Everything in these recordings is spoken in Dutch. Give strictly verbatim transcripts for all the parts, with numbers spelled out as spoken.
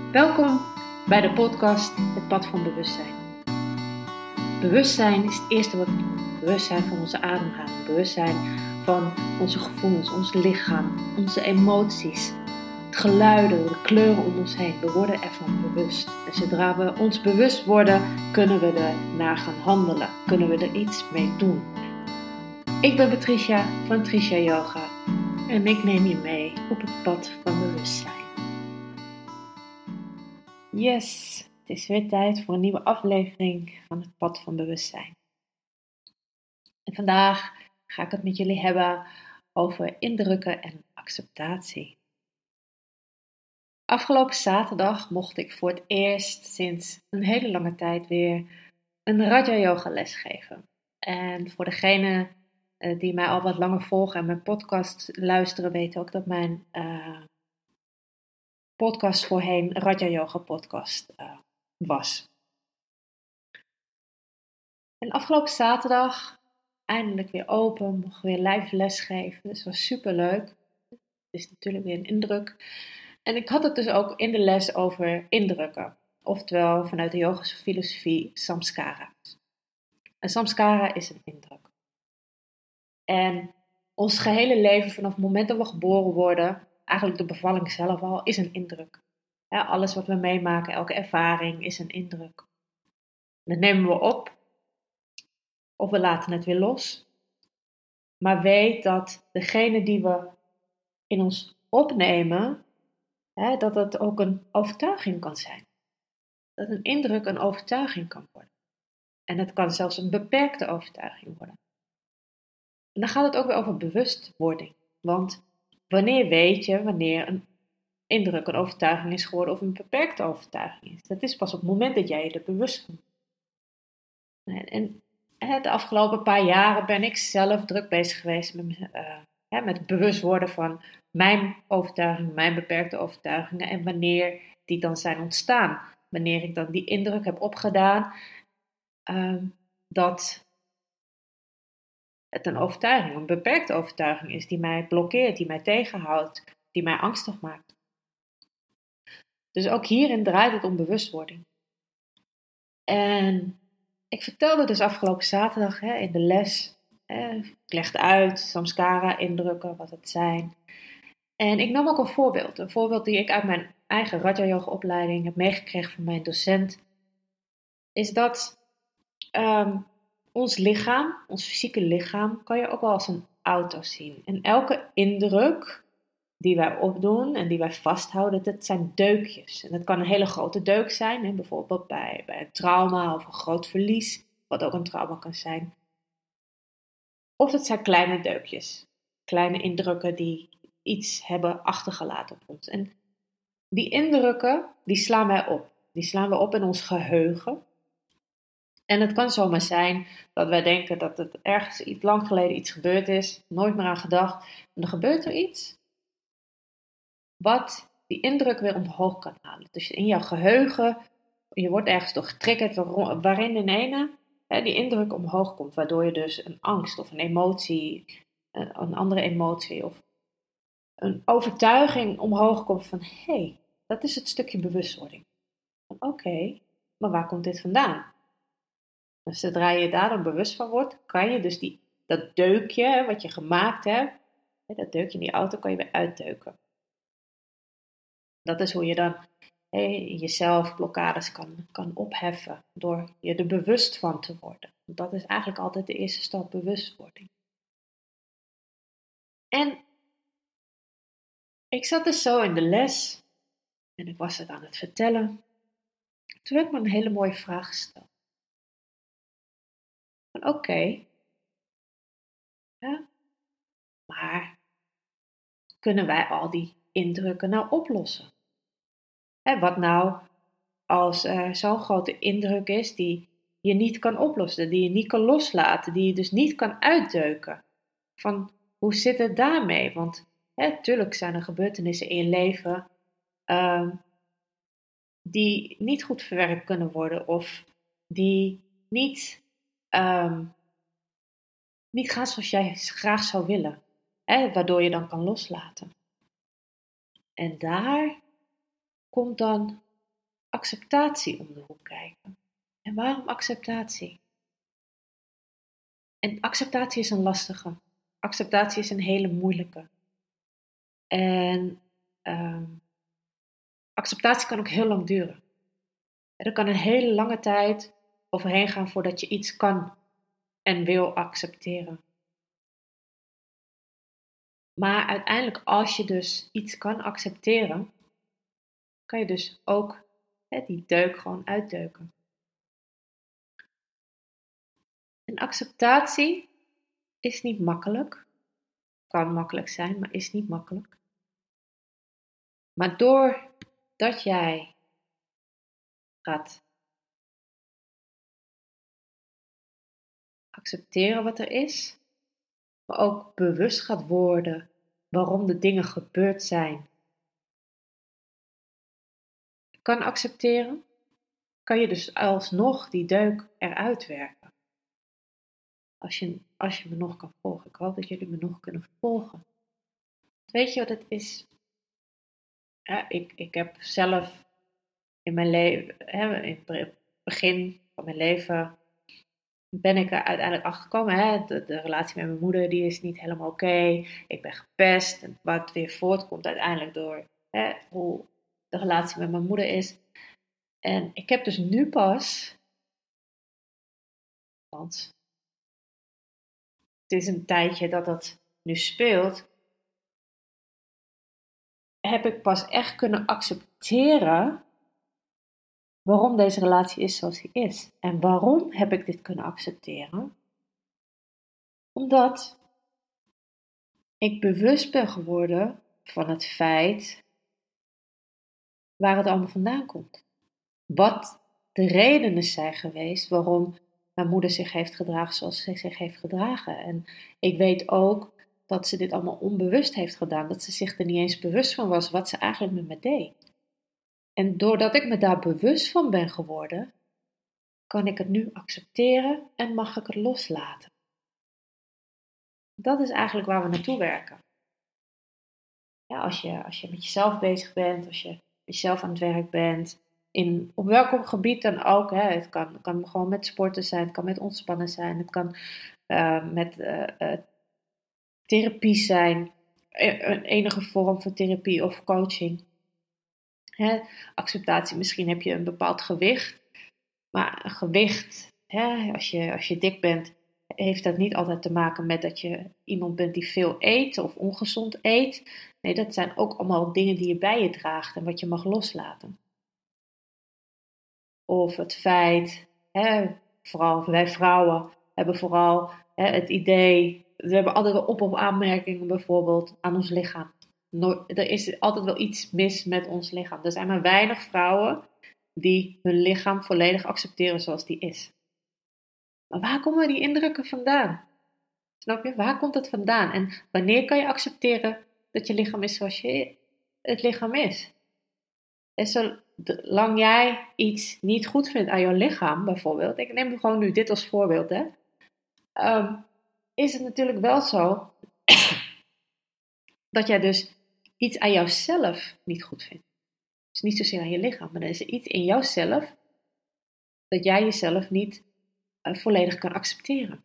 Welkom bij de podcast Het Pad van Bewustzijn. Bewustzijn is het eerste wat we doen. Bewustzijn van onze ademhaling, bewustzijn van onze gevoelens, ons lichaam, onze emoties, het geluiden, de kleuren om ons heen. We worden ervan bewust. En zodra we ons bewust worden, kunnen we er naar gaan handelen, kunnen we er iets mee doen. Ik ben Patricia van Trisha Yoga en ik neem je mee op het pad van bewustzijn. Yes, het is weer tijd voor een nieuwe aflevering van het pad van bewustzijn. En vandaag ga ik het met jullie hebben over indrukken en acceptatie. Afgelopen zaterdag mocht ik voor het eerst sinds een hele lange tijd weer een Raja Yoga les geven. En voor degenen die mij al wat langer volgen en mijn podcast luisteren, weten ook dat mijn uh, podcast voorheen Raja Yoga podcast uh, was. En afgelopen zaterdag eindelijk weer open, mocht weer live les geven. Dus het was super leuk. Het is natuurlijk weer een indruk. En ik had het dus ook in de les over indrukken. Oftewel vanuit de yogische filosofie samskara. En samskara is een indruk. En ons gehele leven vanaf het moment dat we geboren worden, eigenlijk de bevalling zelf al, is een indruk. Ja, alles wat we meemaken, elke ervaring is een indruk. Dat nemen we op. Of we laten het weer los. Maar weet dat degene die we in ons opnemen, hè, dat het ook een overtuiging kan zijn. Dat een indruk een overtuiging kan worden. En het kan zelfs een beperkte overtuiging worden. En dan gaat het ook weer over bewustwording. Want wanneer weet je wanneer een indruk een overtuiging is geworden of een beperkte overtuiging is? Dat is pas op het moment dat jij je er bewust van bent. En de afgelopen paar jaren ben ik zelf druk bezig geweest met, uh, ja, met het bewust worden van mijn overtuigingen, mijn beperkte overtuigingen en wanneer die dan zijn ontstaan. Wanneer ik dan die indruk heb opgedaan uh, dat het een overtuiging, een beperkte overtuiging is die mij blokkeert, die mij tegenhoudt, die mij angstig maakt. Dus ook hierin draait het om bewustwording. En ik vertelde dus afgelopen zaterdag hè, in de les, hè, ik legde uit, samskara, indrukken, wat het zijn. En ik nam ook een voorbeeld, een voorbeeld die ik uit mijn eigen Raja Yoga opleiding heb meegekregen van mijn docent, is dat um, ons lichaam, ons fysieke lichaam, kan je ook wel als een auto zien. En elke indruk die wij opdoen en die wij vasthouden, dat zijn deukjes. En dat kan een hele grote deuk zijn, hè, bijvoorbeeld bij, bij een trauma of een groot verlies, wat ook een trauma kan zijn. Of het zijn kleine deukjes, kleine indrukken die iets hebben achtergelaten op ons. En die indrukken, die slaan wij op. Die slaan we op in ons geheugen. En het kan zomaar zijn dat wij denken dat het ergens iets lang geleden iets gebeurd is, nooit meer aan gedacht. En dan gebeurt er iets wat die indruk weer omhoog kan halen. Dus in jouw geheugen, je wordt ergens door getriggerd waarin in ene hè, die indruk omhoog komt. Waardoor je dus een angst of een emotie, een andere emotie of een overtuiging omhoog komt van hé, hey, dat is het stukje bewustwording. Oké, okay, maar waar komt dit vandaan? Dus zodra je daar dan bewust van wordt, kan je dus die, dat deukje wat je gemaakt hebt, dat deukje in die auto, kan je weer uitdeuken. Dat is hoe je dan hey, jezelf blokkades kan, kan opheffen, door je er bewust van te worden. Dat is eigenlijk altijd de eerste stap, bewustwording. En ik zat dus zo in de les en ik was het aan het vertellen. Toen werd me een hele mooie vraag gesteld. Oké, okay, ja, maar kunnen wij al die indrukken nou oplossen? Hè, wat nou als er zo'n grote indruk is die je niet kan oplossen, die je niet kan loslaten, die je dus niet kan uitdeuken? Van hoe zit het daarmee? Want natuurlijk zijn er gebeurtenissen in je leven uh, die niet goed verwerkt kunnen worden of die niet, um, niet gaan zoals jij graag zou willen, hè, waardoor je dan kan loslaten. En daar komt dan acceptatie om de hoek kijken. En waarom acceptatie? En acceptatie is een lastige. Acceptatie is een hele moeilijke. En um, acceptatie kan ook heel lang duren. Er kan een hele lange tijd overheen gaan voordat je iets kan en wil accepteren. Maar uiteindelijk, als je dus iets kan accepteren, kan je dus ook hè, die deuk gewoon uitdeuken. En acceptatie is niet makkelijk. Kan makkelijk zijn, maar is niet makkelijk. Maar doordat jij gaat accepteren wat er is, maar ook bewust gaat worden waarom de dingen gebeurd zijn, kan accepteren, kan je dus alsnog die deuk eruit werken. Als je, als je me nog kan volgen. Ik hoop dat jullie me nog kunnen volgen. Weet je wat het is? Ja, ik, ik heb zelf in mijn leven, in het begin van mijn leven, ben ik er uiteindelijk achter gekomen. Hè? De, de relatie met mijn moeder die is niet helemaal oké. Okay. Ik ben gepest. En wat weer voortkomt uiteindelijk door hè, hoe de relatie met mijn moeder is. En ik heb dus nu pas, want het is een tijdje dat dat nu speelt, heb ik pas echt kunnen accepteren waarom deze relatie is zoals die is. En waarom heb ik dit kunnen accepteren? Omdat ik bewust ben geworden van het feit waar het allemaal vandaan komt. Wat de redenen zijn geweest waarom mijn moeder zich heeft gedragen zoals ze zich heeft gedragen. En ik weet ook dat ze dit allemaal onbewust heeft gedaan. Dat ze zich er niet eens bewust van was wat ze eigenlijk met me deed. En doordat ik me daar bewust van ben geworden, kan ik het nu accepteren en mag ik het loslaten. Dat is eigenlijk waar we naartoe werken. Ja, als je, als je met jezelf bezig bent, als je met jezelf aan het werk bent, in, op welk gebied dan ook. Hè. Het kan, kan gewoon met sporten zijn, het kan met ontspannen zijn, het kan uh, met uh, uh, therapie zijn, een enige vorm van therapie of coaching. Hè. Acceptatie, misschien heb je een bepaald gewicht, maar een gewicht, hè, als, je, als je dik bent, heeft dat niet altijd te maken met dat je iemand bent die veel eet of ongezond eet. Nee, dat zijn ook allemaal dingen die je bij je draagt en wat je mag loslaten. Of het feit, hè, vooral wij vrouwen hebben vooral hè, het idee, we hebben altijd wel op- of aanmerkingen bijvoorbeeld aan ons lichaam. No- er is altijd wel iets mis met ons lichaam. Er zijn maar weinig vrouwen die hun lichaam volledig accepteren zoals die is. Maar waar komen die indrukken vandaan? Snap je? Waar komt het vandaan? En wanneer kan je accepteren dat je lichaam is zoals je het lichaam is? En zolang jij iets niet goed vindt aan jouw lichaam, bijvoorbeeld, ik neem gewoon nu dit als voorbeeld, hè, um, is het natuurlijk wel zo dat jij dus iets aan jouzelf niet goed vindt. Dus niet zozeer aan je lichaam, maar er is iets in jouzelf dat jij jezelf niet uh, volledig kan accepteren.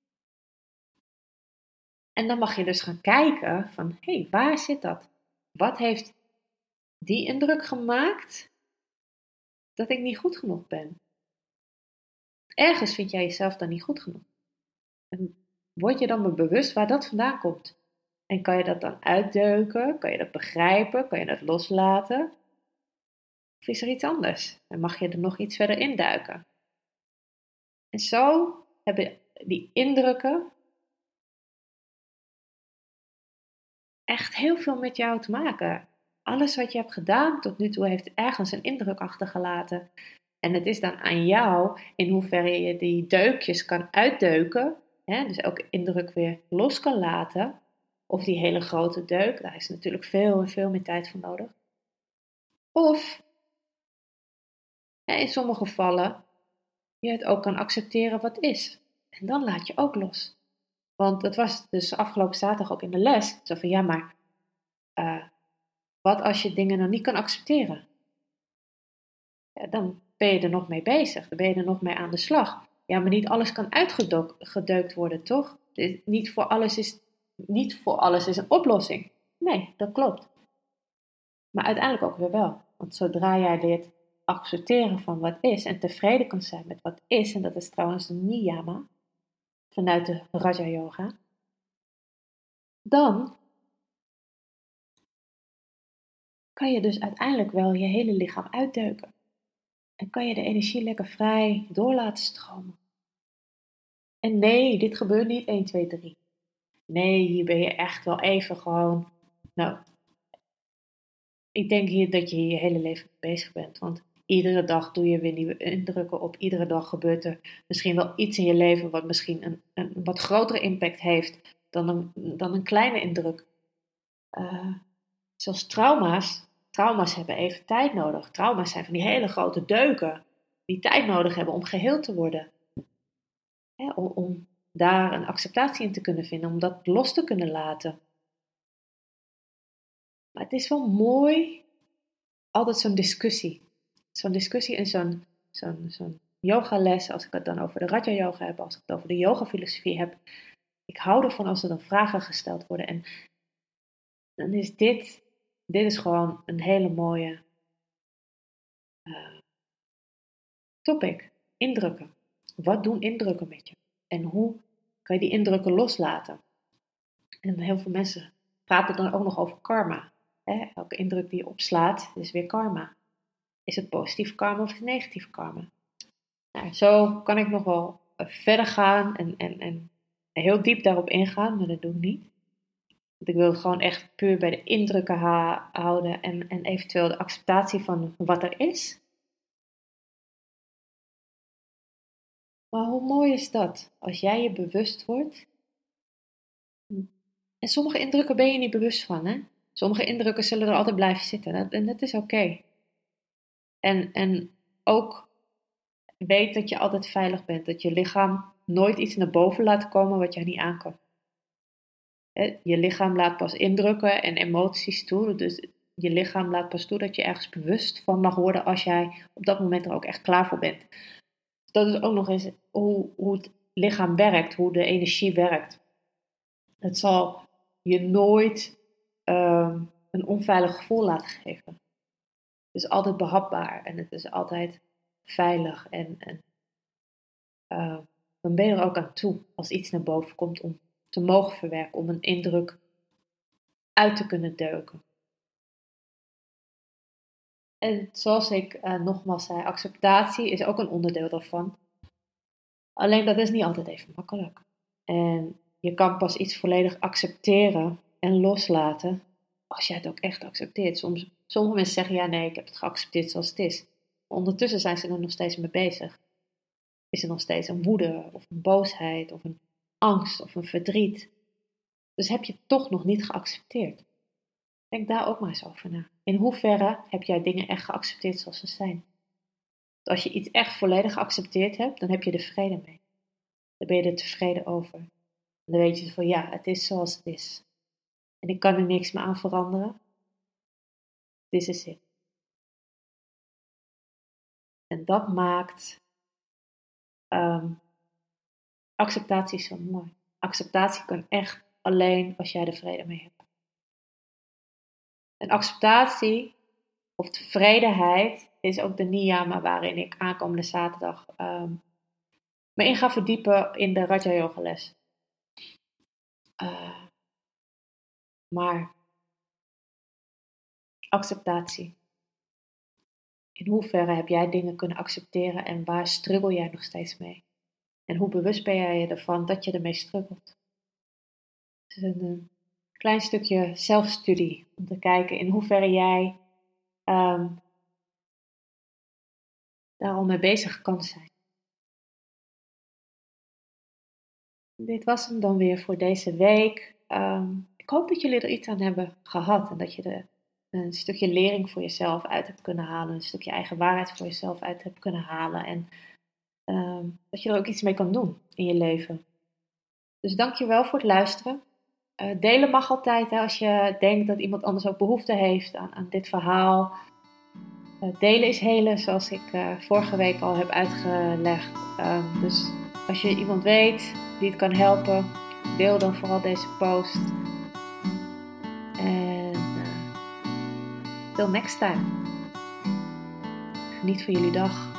En dan mag je dus gaan kijken van, hé, hey, waar zit dat? Wat heeft die indruk gemaakt dat ik niet goed genoeg ben? Ergens vind jij jezelf dan niet goed genoeg. En word je dan maar bewust waar dat vandaan komt? En kan je dat dan uitdeuken? Kan je dat begrijpen? Kan je dat loslaten? Of is er iets anders? En mag je er nog iets verder induiken? En zo hebben die indrukken echt heel veel met jou te maken. Alles wat je hebt gedaan tot nu toe heeft ergens een indruk achtergelaten. En het is dan aan jou in hoeverre je die deukjes kan uitdeuken. Hè, dus elke indruk weer los kan laten. Of die hele grote deuk, daar is natuurlijk veel en veel meer tijd voor nodig. Of hè, in sommige gevallen je het ook kan accepteren wat is. En dan laat je ook los. Want dat was dus afgelopen zaterdag ook in de les. Zo van ja, maar uh, wat als je dingen nou niet kan accepteren? ja, dan ben je er nog mee bezig. Dan ben je er nog mee aan de slag. Ja, maar niet alles kan uitgedeukt worden, toch? Dus niet voor alles is, niet voor alles is een oplossing. Nee, dat klopt. Maar uiteindelijk ook weer wel. Want zodra jij leert accepteren van wat is en tevreden kan zijn met wat is, en dat is trouwens een niyama vanuit de Raja Yoga, dan kan je dus uiteindelijk wel je hele lichaam uitdeuken. En kan je de energie lekker vrij door laten stromen. En nee, dit gebeurt niet één, twee, drie. Nee, hier ben je echt wel even gewoon, nou, ik denk hier dat je hier je hele leven mee bezig bent. Want iedere dag doe je weer nieuwe indrukken op. Iedere dag gebeurt er misschien wel iets in je leven wat misschien een, een wat grotere impact heeft dan een, dan een kleine indruk. Uh, zoals trauma's. Trauma's hebben even tijd nodig. Trauma's zijn van die hele grote deuken die tijd nodig hebben om geheel te worden. Hè, om, om daar een acceptatie in te kunnen vinden, om dat los te kunnen laten. Maar het is wel mooi, altijd zo'n discussie. Zo'n discussie in zo'n, zo'n, zo'n yogales, als ik het dan over de Raja Yoga heb, als ik het over de yoga-filosofie heb. Ik hou ervan als er dan vragen gesteld worden. En dan is dit, dit is gewoon een hele mooie uh, topic. Indrukken. Wat doen indrukken met je? En hoe kan je die indrukken loslaten? En heel veel mensen praten dan ook nog over karma. Hè? Elke indruk die je opslaat is weer karma. Is het positief karma of is het negatief karma? Nou, zo kan ik nog wel verder gaan en, en, en heel diep daarop ingaan, maar dat doe ik niet. Want ik wil het gewoon echt puur bij de indrukken ha- houden en, en eventueel de acceptatie van wat er is. Maar hoe mooi is dat, als jij je bewust wordt. En sommige indrukken ben je niet bewust van, hè? Sommige indrukken zullen er altijd blijven zitten en dat is oké. Okay. En, en ook weet dat je altijd veilig bent. Dat je lichaam nooit iets naar boven laat komen wat jij niet aan kan. Je lichaam laat pas indrukken en emoties toe. Dus je lichaam laat pas toe dat je ergens bewust van mag worden als jij op dat moment er ook echt klaar voor bent. Dat is ook nog eens hoe, hoe het lichaam werkt, hoe de energie werkt. Het zal je nooit um, een onveilig gevoel laten geven. Het is altijd behapbaar en het is altijd veilig. En, en uh, dan ben je er ook aan toe als iets naar boven komt om te mogen verwerken, om een indruk uit te kunnen deuken. En zoals ik uh, nogmaals zei, acceptatie is ook een onderdeel daarvan. Alleen dat is niet altijd even makkelijk. En je kan pas iets volledig accepteren en loslaten als jij het ook echt accepteert. Soms, sommige mensen zeggen, ja nee, ik heb het geaccepteerd zoals het is. Ondertussen zijn ze er nog steeds mee bezig. Is er nog steeds een woede of een boosheid of een angst of een verdriet. Dus heb je het toch nog niet geaccepteerd. Denk daar ook maar eens over na. In hoeverre heb jij dingen echt geaccepteerd zoals ze zijn? Want als je iets echt volledig geaccepteerd hebt, dan heb je er vrede mee. Dan ben je er tevreden over. En dan weet je van ja, het is zoals het is. En ik kan er niks meer aan veranderen. This is it. En dat maakt um, acceptatie zo mooi. Acceptatie kan echt alleen als jij er vrede mee hebt. En acceptatie of tevredenheid is ook de niyama waarin ik aankomende zaterdag um, me in ga verdiepen in de Raja Yoga les. Uh, maar acceptatie. In hoeverre heb jij dingen kunnen accepteren en waar struggle jij nog steeds mee? En hoe bewust ben jij je ervan dat je ermee struggelt? Het is een, een klein stukje zelfstudie om te kijken in hoeverre jij um, daar al mee bezig kan zijn. Dit was hem dan weer voor deze week. Um, ik hoop dat jullie er iets aan hebben gehad en dat je er een stukje lering voor jezelf uit hebt kunnen halen, een stukje eigen waarheid voor jezelf uit hebt kunnen halen en um, dat je er ook iets mee kan doen in je leven. Dus dankjewel voor het luisteren. Uh, delen mag altijd hè, als je denkt dat iemand anders ook behoefte heeft aan, aan dit verhaal. Uh, delen is helen, zoals ik uh, vorige week al heb uitgelegd. Uh, dus als je iemand weet die het kan helpen, deel dan vooral deze post. En uh, till next time. Geniet van jullie dag.